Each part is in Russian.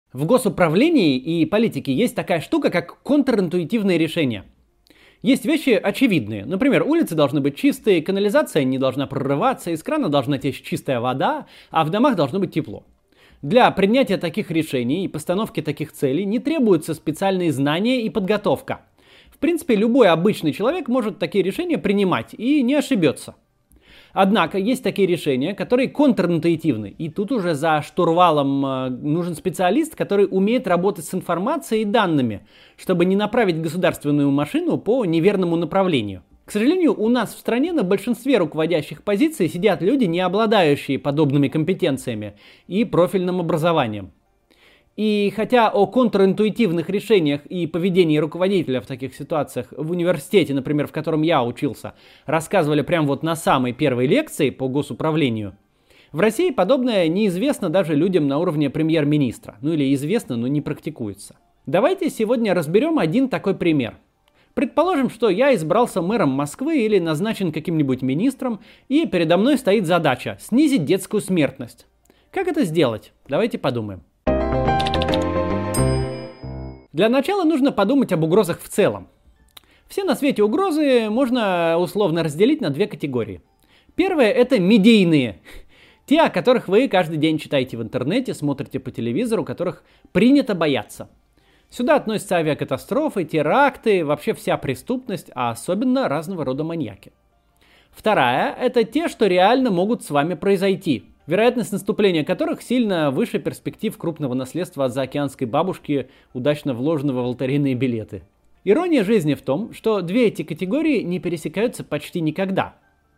В госуправлении и политике есть такая штука, как контринтуитивные решения. Есть вещи очевидные. Например, улицы должны быть чистые, канализация не должна прорываться, из крана должна течь чистая вода, а в домах должно быть тепло. Для принятия таких решений и постановки таких целей не требуются специальные знания и подготовка. В принципе, любой обычный человек может такие решения принимать и не ошибется. Однако есть такие решения, которые контринтуитивны, и тут уже за штурвалом нужен специалист, который умеет работать с информацией и данными, чтобы не направить государственную машину по неверному направлению. К сожалению, у нас в стране на большинстве руководящих позиций сидят люди, не обладающие подобными компетенциями и профильным образованием. И хотя о контринтуитивных решениях и поведении руководителя в таких ситуациях в университете, например, в котором я учился, рассказывали прямо вот на самой первой лекции по госуправлению, в России подобное неизвестно даже людям на уровне премьер-министра. Ну или известно, но не практикуется. Давайте сегодня разберем один такой пример. Предположим, что я избрался мэром Москвы или назначен каким-нибудь министром, и передо мной стоит задача снизить детскую смертность. Как это сделать? Давайте подумаем. Для начала нужно подумать об угрозах в целом. Все на свете угрозы можно условно разделить на две категории. Первая – это медийные. Те, о которых вы каждый день читаете в интернете, смотрите по телевизору, которых принято бояться. Сюда относятся авиакатастрофы, теракты, вообще вся преступность, а особенно разного рода маньяки. Вторая – это те, что реально могут с вами произойти. Вероятность наступления которых сильно выше перспектив крупного наследства от заокеанской бабушки, удачно вложенного в лотерейные билеты. Ирония жизни в том, что две эти категории не пересекаются почти никогда.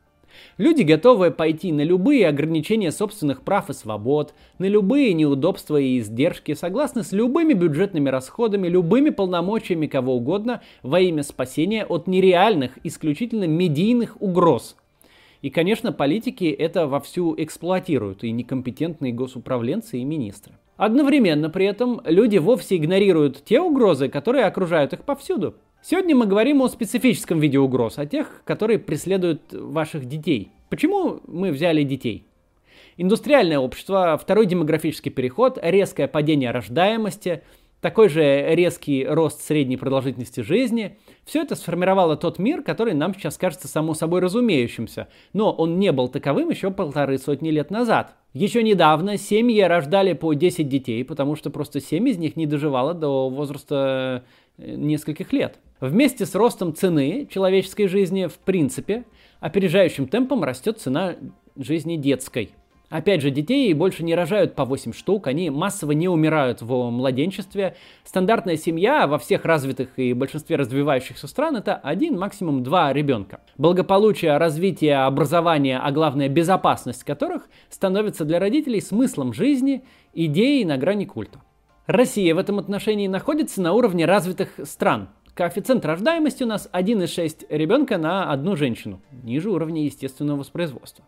Люди, готовые пойти на любые ограничения собственных прав и свобод, на любые неудобства и издержки, согласны с любыми бюджетными расходами, любыми полномочиями кого угодно во имя спасения от нереальных, исключительно медийных угроз. И, конечно, политики это вовсю эксплуатируют, и некомпетентные госуправленцы и министры. Одновременно при этом люди вовсе игнорируют те угрозы, которые окружают их повсюду. Сегодня мы говорим о специфическом виде угроз, о тех, которые преследуют ваших детей. Почему мы взяли детей? Индустриальное общество, второй демографический переход, резкое падение рождаемости, такой же резкий рост средней продолжительности жизни. Все это сформировало тот мир, который нам сейчас кажется само собой разумеющимся. Но он не был таковым еще 150 лет назад. Еще недавно семьи рождали по 10 детей, потому что просто 7 из них не доживало до возраста нескольких лет. Вместе с ростом цены человеческой жизни, в принципе, опережающим темпом растет цена жизни детской. Опять же, детей больше не рожают по 8 штук, они массово не умирают в младенчестве. Стандартная семья во всех развитых и большинстве развивающихся стран – это 1, максимум 2 ребенка. Благополучие, развитие, образование, а главное безопасность которых становится для родителей смыслом жизни, идеей на грани культа. Россия в этом отношении находится на уровне развитых стран. Коэффициент рождаемости у нас 1,6 ребенка на одну женщину, ниже уровня естественного воспроизводства.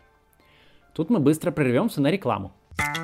Тут мы быстро прервемся на рекламу.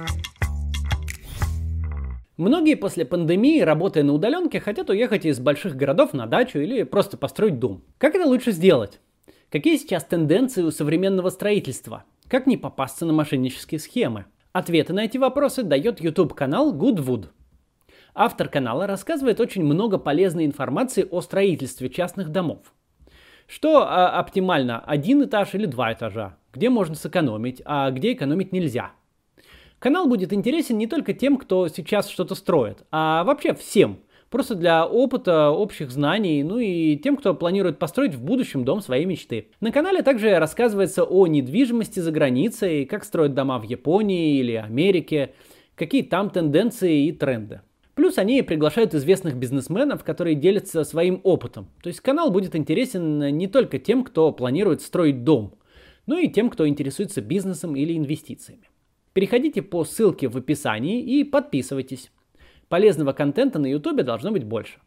Многие после пандемии, работая на удаленке, хотят уехать из больших городов на дачу или просто построить дом. Как это лучше сделать? Какие сейчас тенденции у современного строительства? Как не попасться на мошеннические схемы? Ответы на эти вопросы дает YouTube-канал Goodwood. Автор канала рассказывает очень много полезной информации о строительстве частных домов. Что оптимально, 1 этаж или 2 этажа? Где можно сэкономить, а где экономить нельзя? Канал будет интересен не только тем, кто сейчас что-то строит, а вообще всем. Просто для опыта, общих знаний, ну и тем, кто планирует построить в будущем дом своей мечты. На канале также рассказывается о недвижимости за границей, как строят дома в Японии или Америке, какие там тенденции и тренды. Плюс они приглашают известных бизнесменов, которые делятся своим опытом. То есть канал будет интересен не только тем, кто планирует строить дом, но и тем, кто интересуется бизнесом или инвестициями. Переходите по ссылке в описании и подписывайтесь. Полезного контента на YouTube должно быть больше.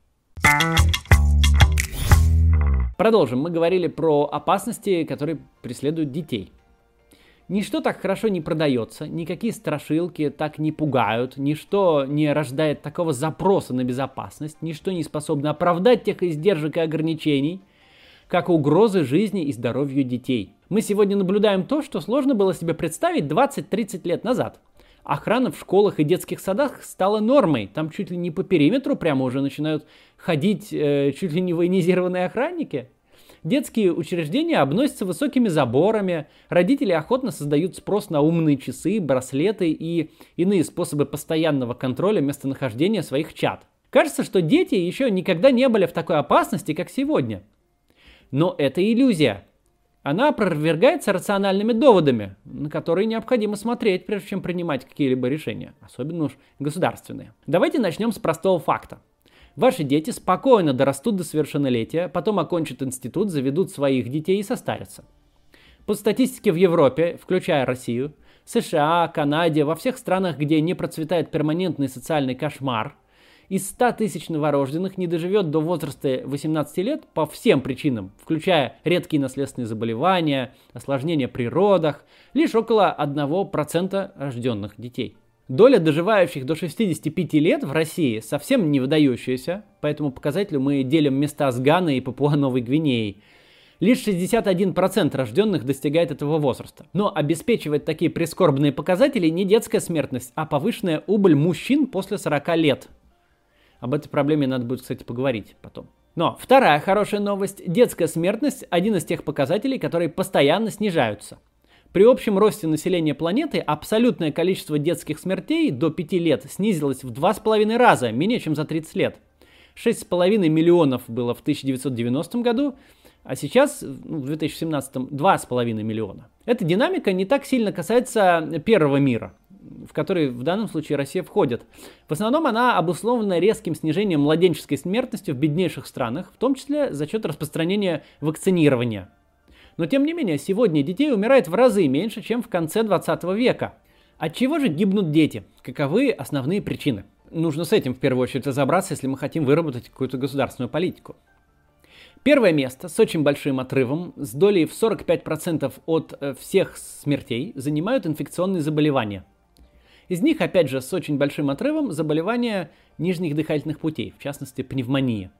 Продолжим. Мы говорили про опасности, которые преследуют детей. Ничто так хорошо не продается, никакие страшилки так не пугают, ничто не рождает такого запроса на безопасность, ничто не способно оправдать тех издержек и ограничений, как угрозы жизни и здоровью детей. Мы сегодня наблюдаем то, что сложно было себе представить 20-30 лет назад. Охрана в школах и детских садах стала нормой. Там чуть ли не по периметру прямо уже начинают ходить чуть ли не военизированные охранники. Детские учреждения обносятся высокими заборами, родители охотно создают спрос на умные часы, браслеты и иные способы постоянного контроля местонахождения своих чад. Кажется, что дети еще никогда не были в такой опасности, как сегодня. Но это иллюзия. Она опровергается рациональными доводами, на которые необходимо смотреть, прежде чем принимать какие-либо решения, особенно уж государственные. Давайте начнем с простого факта. Ваши дети спокойно дорастут до совершеннолетия, потом окончат институт, заведут своих детей и состарятся. По статистике в Европе, включая Россию, США, Канаде, во всех странах, где не процветает перманентный социальный кошмар, из 100 тысяч новорожденных не доживет до возраста 18 лет по всем причинам, включая редкие наследственные заболевания, осложнения при родах, лишь около 1% рожденных детей. Доля доживающих до 65 лет в России совсем не выдающаяся, по этому показателю мы делим места с Ганой и Папуа-Новой Гвинеей. Лишь 61% рожденных достигает этого возраста. Но обеспечивает такие прискорбные показатели не детская смертность, а повышенная убыль мужчин после 40 лет. Об этой проблеме надо будет, кстати, поговорить потом. Но вторая хорошая новость. Детская смертность – один из тех показателей, которые постоянно снижаются. При общем росте населения планеты абсолютное количество детских смертей до 5 лет снизилось в 2,5 раза, менее чем за 30 лет. 6,5 миллионов было в 1990 году, а сейчас, в 2017, 2,5 миллиона. Эта динамика не так сильно касается первого мира, в который в данном случае Россия входит. В основном она обусловлена резким снижением младенческой смертности в беднейших странах, в том числе за счет распространения вакцинирования. Но тем не менее, сегодня детей умирает в разы меньше, чем в конце 20 века. От чего же гибнут дети? Каковы основные причины? Нужно с этим в первую очередь разобраться, если мы хотим выработать какую-то государственную политику. Первое место с очень большим отрывом, с долей в 45% от всех смертей, занимают инфекционные заболевания. Из них, опять же, с очень большим отрывом заболевания нижних дыхательных путей, в частности, пневмония.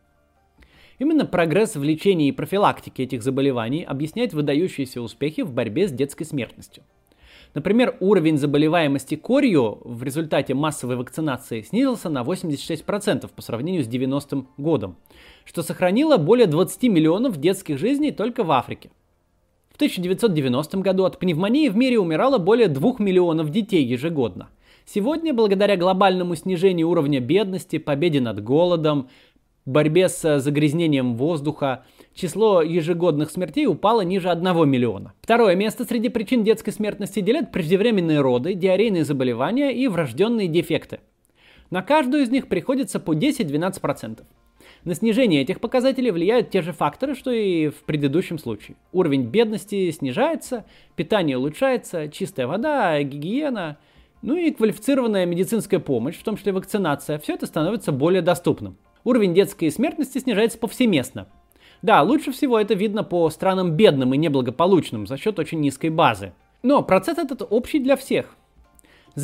Именно прогресс в лечении и профилактике этих заболеваний объясняет выдающиеся успехи в борьбе с детской смертностью. Например, уровень заболеваемости корью в результате массовой вакцинации снизился на 86% по сравнению с 90-м годом, что сохранило более 20 миллионов детских жизней только в Африке. В 1990 году от пневмонии в мире умирало более 2 миллионов детей ежегодно. Сегодня, благодаря глобальному снижению уровня бедности, победе над голодом, борьбе с загрязнением воздуха, число ежегодных смертей упало ниже 1 миллиона. Второе место среди причин детской смертности делят преждевременные роды, диарейные заболевания и врожденные дефекты. На каждую из них приходится по 10-12%. На снижение этих показателей влияют те же факторы, что и в предыдущем случае. Уровень бедности снижается, питание улучшается, чистая вода, гигиена, ну и квалифицированная медицинская помощь, в том числе вакцинация, все это становится более доступным. Уровень детской смертности снижается повсеместно. Да, лучше всего это видно по странам бедным и неблагополучным за счет очень низкой базы. Но процесс этот общий для всех. За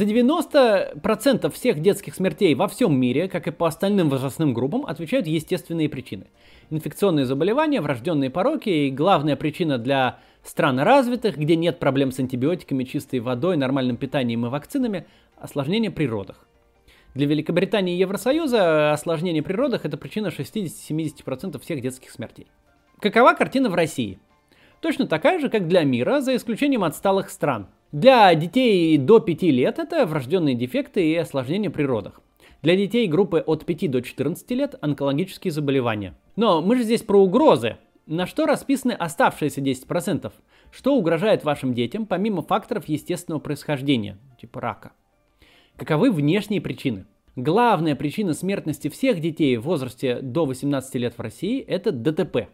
90% всех детских смертей во всем мире, как и по остальным возрастным группам, отвечают естественные причины. Инфекционные заболевания, врожденные пороки и главная причина для стран развитых, где нет проблем с антибиотиками, чистой водой, нормальным питанием и вакцинами – осложнения при родах. Для Великобритании и Евросоюза осложнения при родах – это причина 60-70% всех детских смертей. Какова картина в России? Точно такая же, как для мира, за исключением отсталых стран. Для детей до 5 лет это врожденные дефекты и осложнения при родах. Для детей группы от 5 до 14 лет – онкологические заболевания. Но мы же здесь про угрозы. На что расписаны оставшиеся 10%? Что угрожает вашим детям, помимо факторов естественного происхождения, типа рака? Каковы внешние причины? Главная причина смертности всех детей в возрасте до 18 лет в России – это ДТП.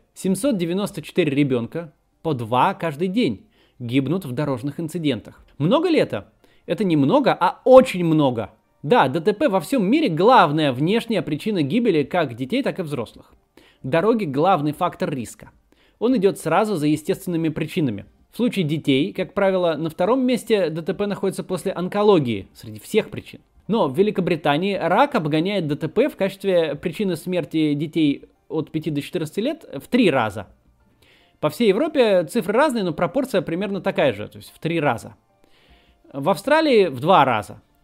794 ребенка, по 2 каждый день, гибнут в дорожных инцидентах. Много ли это? Это не много, а очень много. Да, ДТП во всем мире – главная внешняя причина гибели как детей, так и взрослых. Дороги – главный фактор риска. Он идет сразу за естественными причинами. В случае детей, как правило, на втором месте ДТП находится после онкологии, среди всех причин. Но в Великобритании рак обгоняет ДТП в качестве причины смерти детей от 5 до 14 лет в 3 раза. По всей Европе цифры разные, но пропорция примерно такая же, то есть в 3 раза. В Австралии в 2 раза.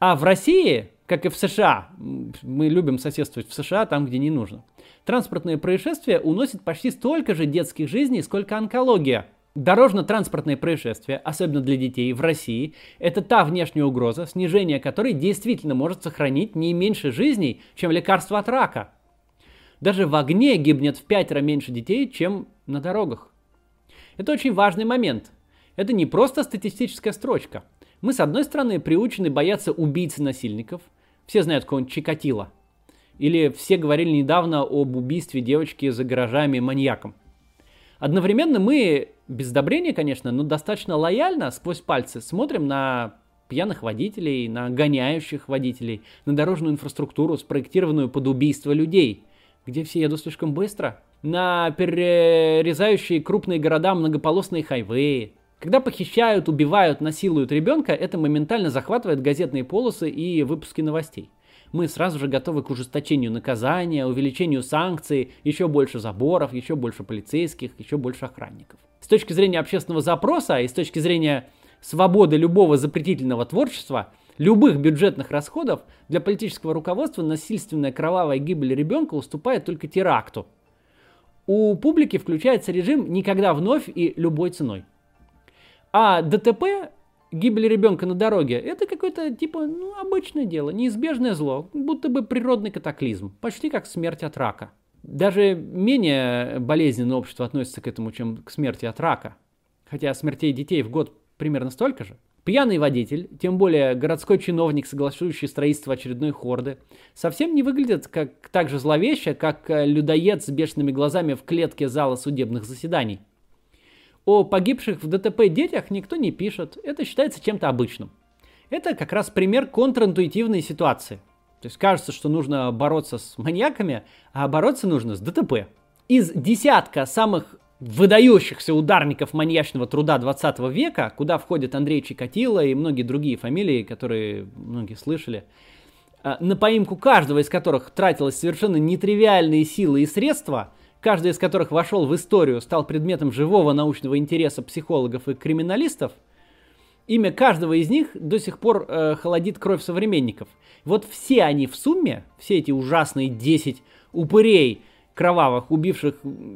А в России, как и в США, мы любим соседствовать в США там, где не нужно, транспортные происшествия уносят почти столько же детских жизней, сколько онкология. Дорожно-транспортные происшествия, особенно для детей в России, это та внешняя угроза, снижение которой действительно может сохранить не меньше жизней, чем лекарство от рака. Даже в огне гибнет в 5 раз меньше детей, чем на дорогах. Это очень важный момент. Это не просто статистическая строчка. Мы, с одной стороны, приучены бояться убийц и насильников. Все знают какого-нибудь Чикатило. Или все говорили недавно об убийстве девочки за гаражами маньяком. Одновременно мы, без одобрения, конечно, но достаточно лояльно, сквозь пальцы, смотрим на пьяных водителей, на гоняющих водителей, на дорожную инфраструктуру, спроектированную под убийство людей, где все едут слишком быстро, на перерезающие крупные города многополосные хайвеи. Когда похищают, убивают, насилуют ребенка, это моментально захватывает газетные полосы и выпуски новостей. Мы сразу же готовы к ужесточению наказания, увеличению санкций, еще больше заборов, еще больше полицейских, еще больше охранников. С точки зрения общественного запроса и с точки зрения свободы любого запретительного творчества, любых бюджетных расходов, для политического руководства насильственная кровавая гибель ребенка уступает только теракту. У публики включается режим «никогда вновь» и «любой ценой». А ДТП, гибель ребенка на дороге, это какое-то типа обычное дело, неизбежное зло, будто бы природный катаклизм, почти как смерть от рака. Даже менее болезненно общество относится к этому, чем к смерти от рака. Хотя смертей детей в год примерно столько же. Пьяный водитель, тем более городской чиновник, согласующий строительство очередной хорды, совсем не выглядит так же зловеще, как людоед с бешеными глазами в клетке зала судебных заседаний. О погибших в ДТП детях никто не пишет, это считается чем-то обычным. Это как раз пример контринтуитивной ситуации. То есть кажется, что нужно бороться с маньяками, а бороться нужно с ДТП. Из десятка самых выдающихся ударников маньячного труда 20 века, куда входят Андрей Чикатило и многие другие фамилии, которые многие слышали, на поимку каждого из которых тратилось совершенно нетривиальные силы и средства, каждый из которых вошел в историю, стал предметом живого научного интереса психологов и криминалистов, имя каждого из них до сих пор холодит кровь современников. Вот все они в сумме, все эти ужасные 10 упырей кровавых, убивших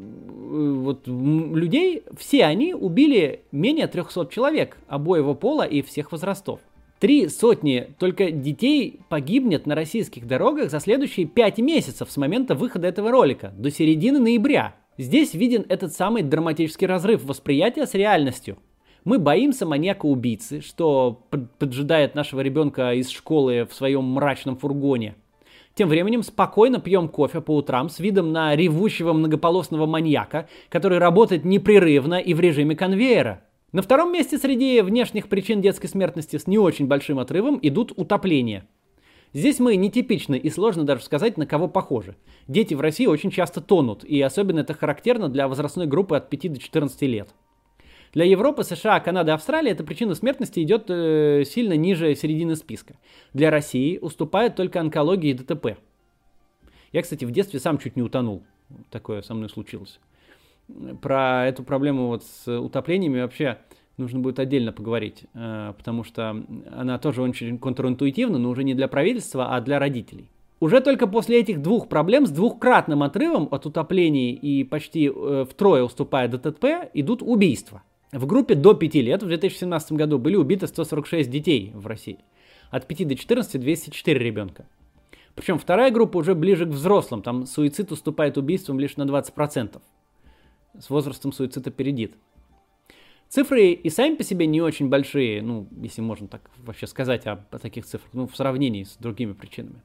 людей, все они убили менее 300 человек обоего пола и всех возрастов. 300 только детей погибнет на российских дорогах за следующие 5 месяцев с момента выхода этого ролика, до середины ноября. Здесь виден этот самый драматический разрыв восприятия с реальностью. Мы боимся маньяка-убийцы, что поджидает нашего ребенка из школы в своем мрачном фургоне. Тем временем спокойно пьем кофе по утрам с видом на ревущего многополосного маньяка, который работает непрерывно и в режиме конвейера. На втором месте среди внешних причин детской смертности с не очень большим отрывом идут утопления. Здесь мы нетипичны и сложно даже сказать, на кого похожи. Дети в России очень часто тонут, и особенно это характерно для возрастной группы от 5 до 14 лет. Для Европы, США, Канады, Австралии эта причина смертности идет сильно ниже середины списка. Для России уступают только онкология и ДТП. Я, кстати, в детстве сам чуть не утонул. Такое со мной случилось. Про эту проблему с утоплениями вообще нужно будет отдельно поговорить, потому что она тоже очень контринтуитивна, но уже не для правительства, а для родителей. Уже только после этих двух проблем с двухкратным отрывом от утоплений и почти втрое уступая ДТП идут убийства. В группе до 5 лет в 2017 году были убиты 146 детей в России. От 5 до 14 204 ребенка. Причем вторая группа уже ближе к взрослым, там суицид уступает убийствам лишь на 20%. С возрастом суицид опередит. Цифры и сами по себе не очень большие, если можно так вообще сказать о таких цифрах, в сравнении с другими причинами.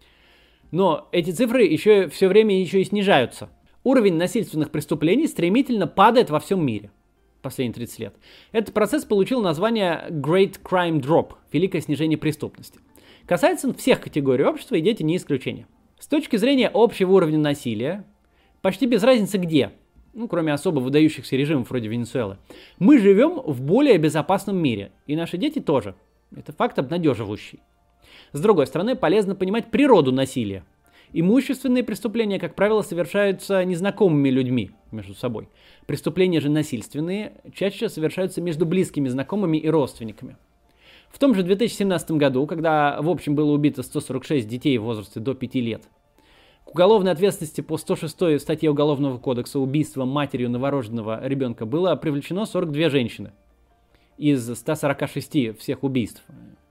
Но эти цифры еще все время еще и снижаются. Уровень насильственных преступлений стремительно падает во всем мире последние 30 лет. Этот процесс получил название Great Crime Drop, великое снижение преступности. Касается он всех категорий общества, и дети не исключение. С точки зрения общего уровня насилия, почти без разницы где, кроме особо выдающихся режимов вроде Венесуэлы, мы живем в более безопасном мире, и наши дети тоже. Это факт обнадеживающий. С другой стороны, полезно понимать природу насилия. Имущественные преступления, как правило, совершаются незнакомыми людьми между собой. Преступления же насильственные чаще совершаются между близкими знакомыми и родственниками. В том же 2017 году, когда в общем было убито 146 детей в возрасте до 5 лет, к уголовной ответственности по 106 статье Уголовного кодекса убийства матерью новорожденного ребенка было привлечено 42 женщины из 146 всех убийств.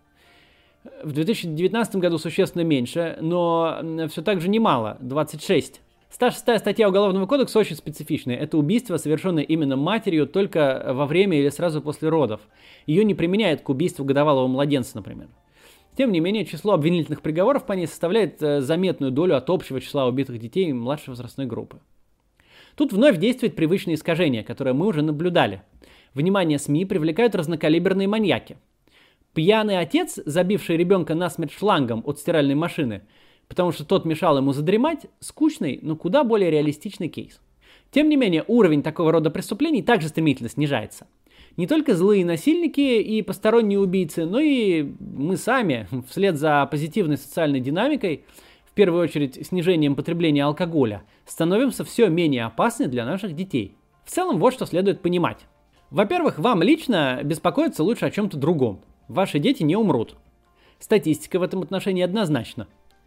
В 2019 году существенно меньше, но все так же немало, 26. 106 статья Уголовного кодекса очень специфичная. Это убийство, совершенное именно матерью только во время или сразу после родов. Ее не применяют к убийству годовалого младенца, например. Тем не менее, число обвинительных приговоров по ней составляет заметную долю от общего числа убитых детей младшей возрастной группы. Тут вновь действует привычное искажение, которое мы уже наблюдали. Внимание СМИ привлекают разнокалиберные маньяки. Пьяный отец, забивший ребенка насмерть шлангом от стиральной машины, потому что тот мешал ему задремать, скучный, но куда более реалистичный кейс. Тем не менее, уровень такого рода преступлений также стремительно снижается. Не только злые насильники и посторонние убийцы, но и мы сами, вслед за позитивной социальной динамикой, в первую очередь снижением потребления алкоголя, становимся все менее опасны для наших детей. В целом, вот что следует понимать. Во-первых, вам лично беспокоиться лучше о чем-то другом. Ваши дети не умрут. Статистика в этом отношении однозначна.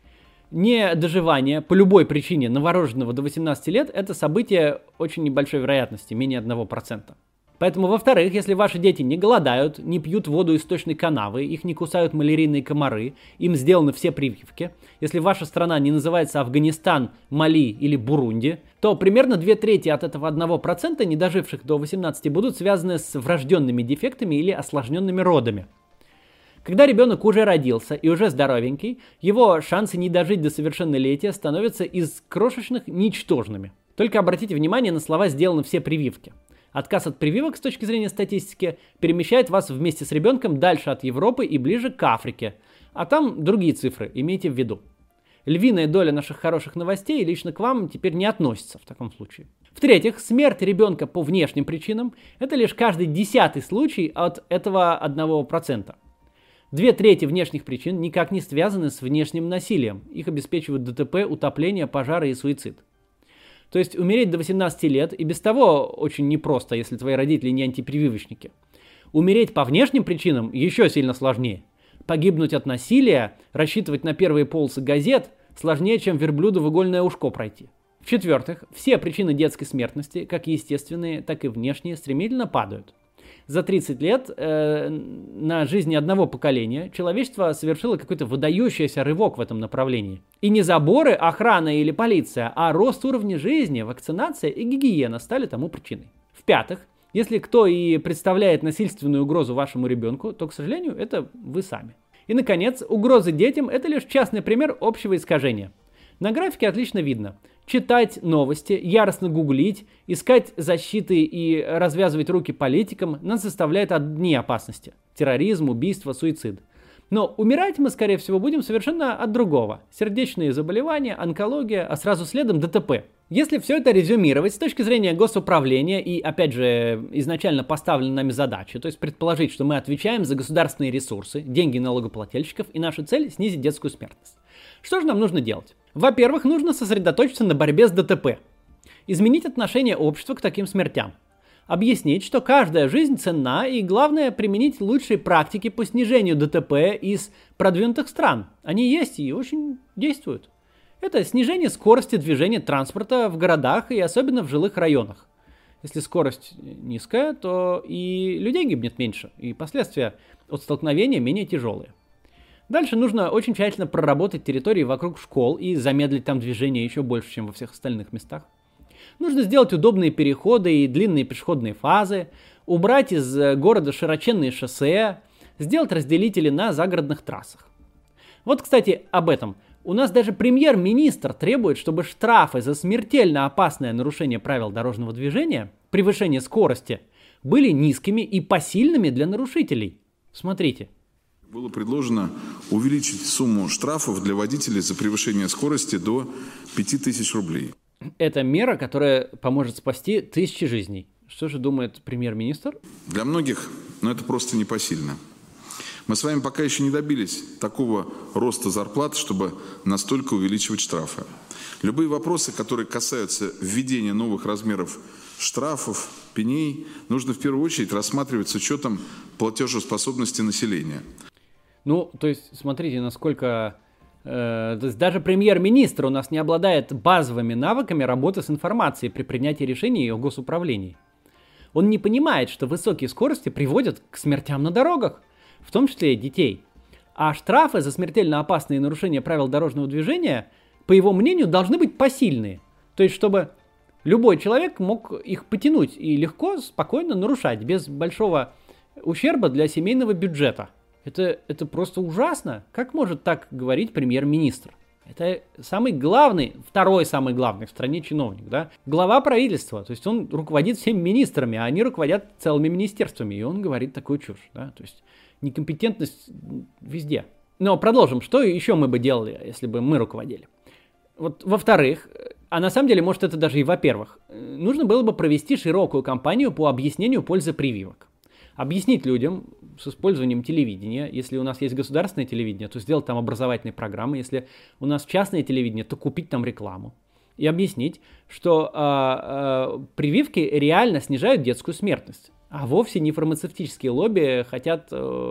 Недоживание по любой причине новорожденного до 18 лет – это событие очень небольшой вероятности, менее 1%. Поэтому, во-вторых, если ваши дети не голодают, не пьют воду из сточной канавы, их не кусают малярийные комары, им сделаны все прививки, если ваша страна не называется Афганистан, Мали или Бурунди, то примерно 2/3 от этого 1% недоживших до 18 будут связаны с врожденными дефектами или осложненными родами. Когда ребенок уже родился и уже здоровенький, его шансы не дожить до совершеннолетия становятся из крошечных ничтожными. Только обратите внимание на слова «сделаны все прививки». Отказ от прививок с точки зрения статистики перемещает вас вместе с ребенком дальше от Европы и ближе к Африке. А там другие цифры, имейте в виду. Львиная доля наших хороших новостей лично к вам теперь не относится в таком случае. В-третьих, смерть ребенка по внешним причинам – это лишь каждый 10-й случай от этого 1%. 2/3 внешних причин никак не связаны с внешним насилием. Их обеспечивают ДТП, утопление, пожары и суицид. То есть умереть до 18 лет и без того очень непросто, если твои родители не антипрививочники. Умереть по внешним причинам еще сильно сложнее. Погибнуть от насилия, рассчитывать на первые полосы газет сложнее, чем верблюду в игольное ушко пройти. В-четвертых, все причины детской смертности, как естественные, так и внешние, стремительно падают. За 30 лет на жизни одного поколения человечество совершило какой-то выдающийся рывок в этом направлении. И не заборы, охрана или полиция, а рост уровня жизни, вакцинация и гигиена стали тому причиной. В-пятых, если кто и представляет насильственную угрозу вашему ребенку, то, к сожалению, это вы сами. И, наконец, угрозы детям – это лишь частный пример общего искажения. На графике отлично видно. Читать новости, яростно гуглить, искать защиты и развязывать руки политикам нас заставляет одни опасности – терроризм, убийство, суицид. Но умирать мы, скорее всего, будем совершенно от другого. Сердечные заболевания, онкология, а сразу следом ДТП. Если все это резюмировать с точки зрения госуправления и, опять же, изначально поставленной нами задачи, то есть предположить, что мы отвечаем за государственные ресурсы, деньги налогоплательщиков, и наша цель – снизить детскую смертность. Что же нам нужно делать? Во-первых, нужно сосредоточиться на борьбе с ДТП. Изменить отношение общества к таким смертям. Объяснить, что каждая жизнь ценна, и главное применить лучшие практики по снижению ДТП из продвинутых стран. Они есть и очень действуют. Это снижение скорости движения транспорта в городах и особенно в жилых районах. Если скорость низкая, то и людей гибнет меньше, и последствия от столкновения менее тяжелые. Дальше нужно очень тщательно проработать территории вокруг школ и замедлить там движение еще больше, чем во всех остальных местах. Нужно сделать удобные переходы и длинные пешеходные фазы, убрать из города широченные шоссе, сделать разделители на загородных трассах. Вот, кстати, об этом. У нас даже премьер-министр требует, чтобы штрафы за смертельно опасное нарушение правил дорожного движения, превышение скорости, были низкими и посильными для нарушителей. Смотрите. Было предложено увеличить сумму штрафов для водителей за превышение скорости до 5000 рублей. Это мера, которая поможет спасти тысячи жизней. Что же думает премьер-министр? Для многих, это просто непосильно. Мы с вами пока еще не добились такого роста зарплат, чтобы настолько увеличивать штрафы. Любые вопросы, которые касаются введения новых размеров штрафов, пеней, нужно в первую очередь рассматривать с учетом платежеспособности населения. Ну, то есть, смотрите, насколько... то есть даже премьер-министр у нас не обладает базовыми навыками работы с информацией при принятии решений о госуправлении. Он не понимает, что высокие скорости приводят к смертям на дорогах, в том числе и детей. А штрафы за смертельно опасные нарушения правил дорожного движения, по его мнению, должны быть посильные. То есть, чтобы любой человек мог их потянуть и легко, спокойно нарушать, без большого ущерба для семейного бюджета. Это просто ужасно. Как может так говорить премьер-министр? Это второй самый главный в стране чиновник, да? Глава правительства, то есть он руководит всеми министрами, а они руководят целыми министерствами, и он говорит такую чушь, да? То есть некомпетентность везде. Но продолжим. Что еще мы бы делали, если бы мы руководили? Вот, во-вторых, а на самом деле, может, это даже и во-первых, нужно было бы провести широкую кампанию по объяснению пользы прививок. Объяснить людям с использованием телевидения, если у нас есть государственное телевидение, то сделать там образовательные программы, если у нас частное телевидение, то купить там рекламу. И объяснить, что прививки реально снижают детскую смертность, а вовсе не фармацевтические лобби хотят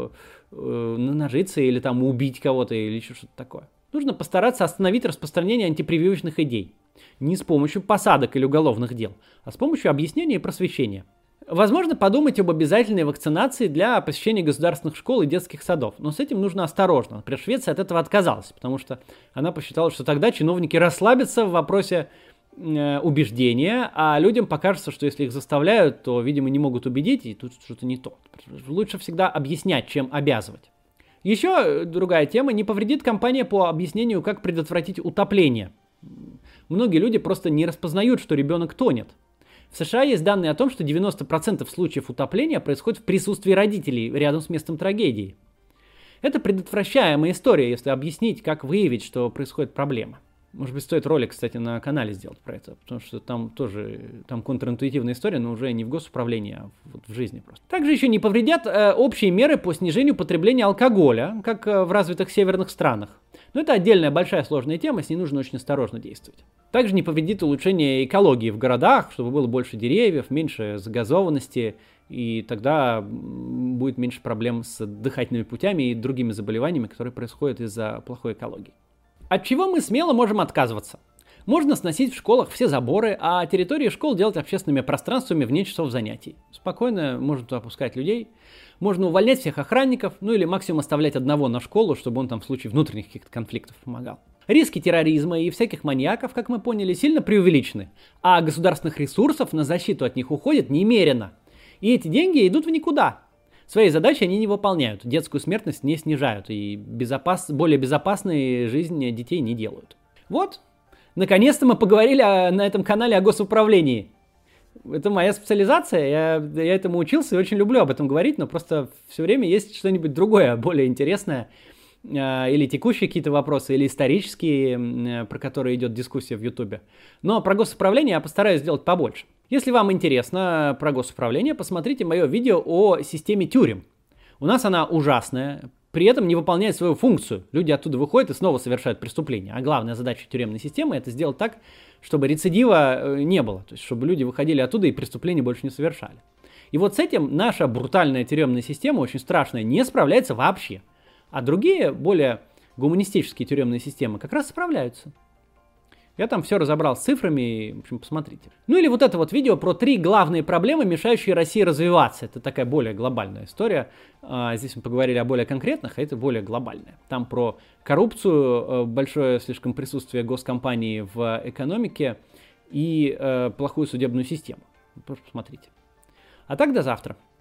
нажиться или там убить кого-то или еще что-то такое. Нужно постараться остановить распространение антипрививочных идей. Не с помощью посадок или уголовных дел, а с помощью объяснения и просвещения. Возможно, подумать об обязательной вакцинации для посещения государственных школ и детских садов. Но с этим нужно осторожно. Например, Швеция от этого отказалась, потому что она посчитала, что тогда чиновники расслабятся в вопросе убеждения, а людям покажется, что если их заставляют, то, видимо, не могут убедить, и тут что-то не то. Лучше всегда объяснять, чем обязывать. Еще другая тема. Не повредит кампания по объяснению, как предотвратить утопление. Многие люди просто не распознают, что ребенок тонет. В США есть данные о том, что 90% случаев утопления происходит в присутствии родителей рядом с местом трагедии. Это предотвращаемая история, если объяснить, как выявить, что происходит проблема. Может быть, стоит ролик, кстати, на канале сделать про это, потому что там тоже контринтуитивная история, но уже не в госуправлении, а вот в жизни просто. Также еще не повредят общие меры по снижению потребления алкоголя, как в развитых северных странах. Но это отдельная большая сложная тема, с ней нужно очень осторожно действовать. Также не повредит улучшение экологии в городах, чтобы было больше деревьев, меньше загазованности, и тогда будет меньше проблем с дыхательными путями и другими заболеваниями, которые происходят из-за плохой экологии. От чего мы смело можем отказываться? Можно сносить в школах все заборы, а территории школ делать общественными пространствами вне часов занятий. Спокойно можно туда пускать людей. Можно увольнять всех охранников, ну или максимум оставлять одного на школу, чтобы он там в случае внутренних каких-то конфликтов помогал. Риски терроризма и всяких маньяков, как мы поняли, сильно преувеличены, а государственных ресурсов на защиту от них уходит немерено. И эти деньги идут в никуда. Свои задачи они не выполняют, детскую смертность не снижают и более безопасной жизни детей не делают. Вот, наконец-то мы поговорили на этом канале о госуправлении. Это моя специализация, я этому учился и очень люблю об этом говорить, но просто все время есть что-нибудь другое, более интересное, или текущие какие-то вопросы, или исторические, про которые идет дискуссия в Ютубе. Но про госуправление я постараюсь сделать побольше. Если вам интересно про госуправление, посмотрите мое видео о системе тюрем. У нас она ужасная, при этом не выполняет свою функцию. Люди оттуда выходят и снова совершают преступления. А главная задача тюремной системы – это сделать так, чтобы рецидива не было. То есть, чтобы люди выходили оттуда и преступления больше не совершали. И вот с этим наша брутальная тюремная система, очень страшная, не справляется вообще. А другие, более гуманистические тюремные системы как раз справляются. Я там все разобрал с цифрами, в общем, посмотрите. Ну или вот это вот видео про 3 главные проблемы, мешающие России развиваться. Это такая более глобальная история. Здесь мы поговорили о более конкретных, а это более глобальное. Там про коррупцию, большое слишком присутствие госкомпаний в экономике и плохую судебную систему. Просто посмотрите. А так до завтра.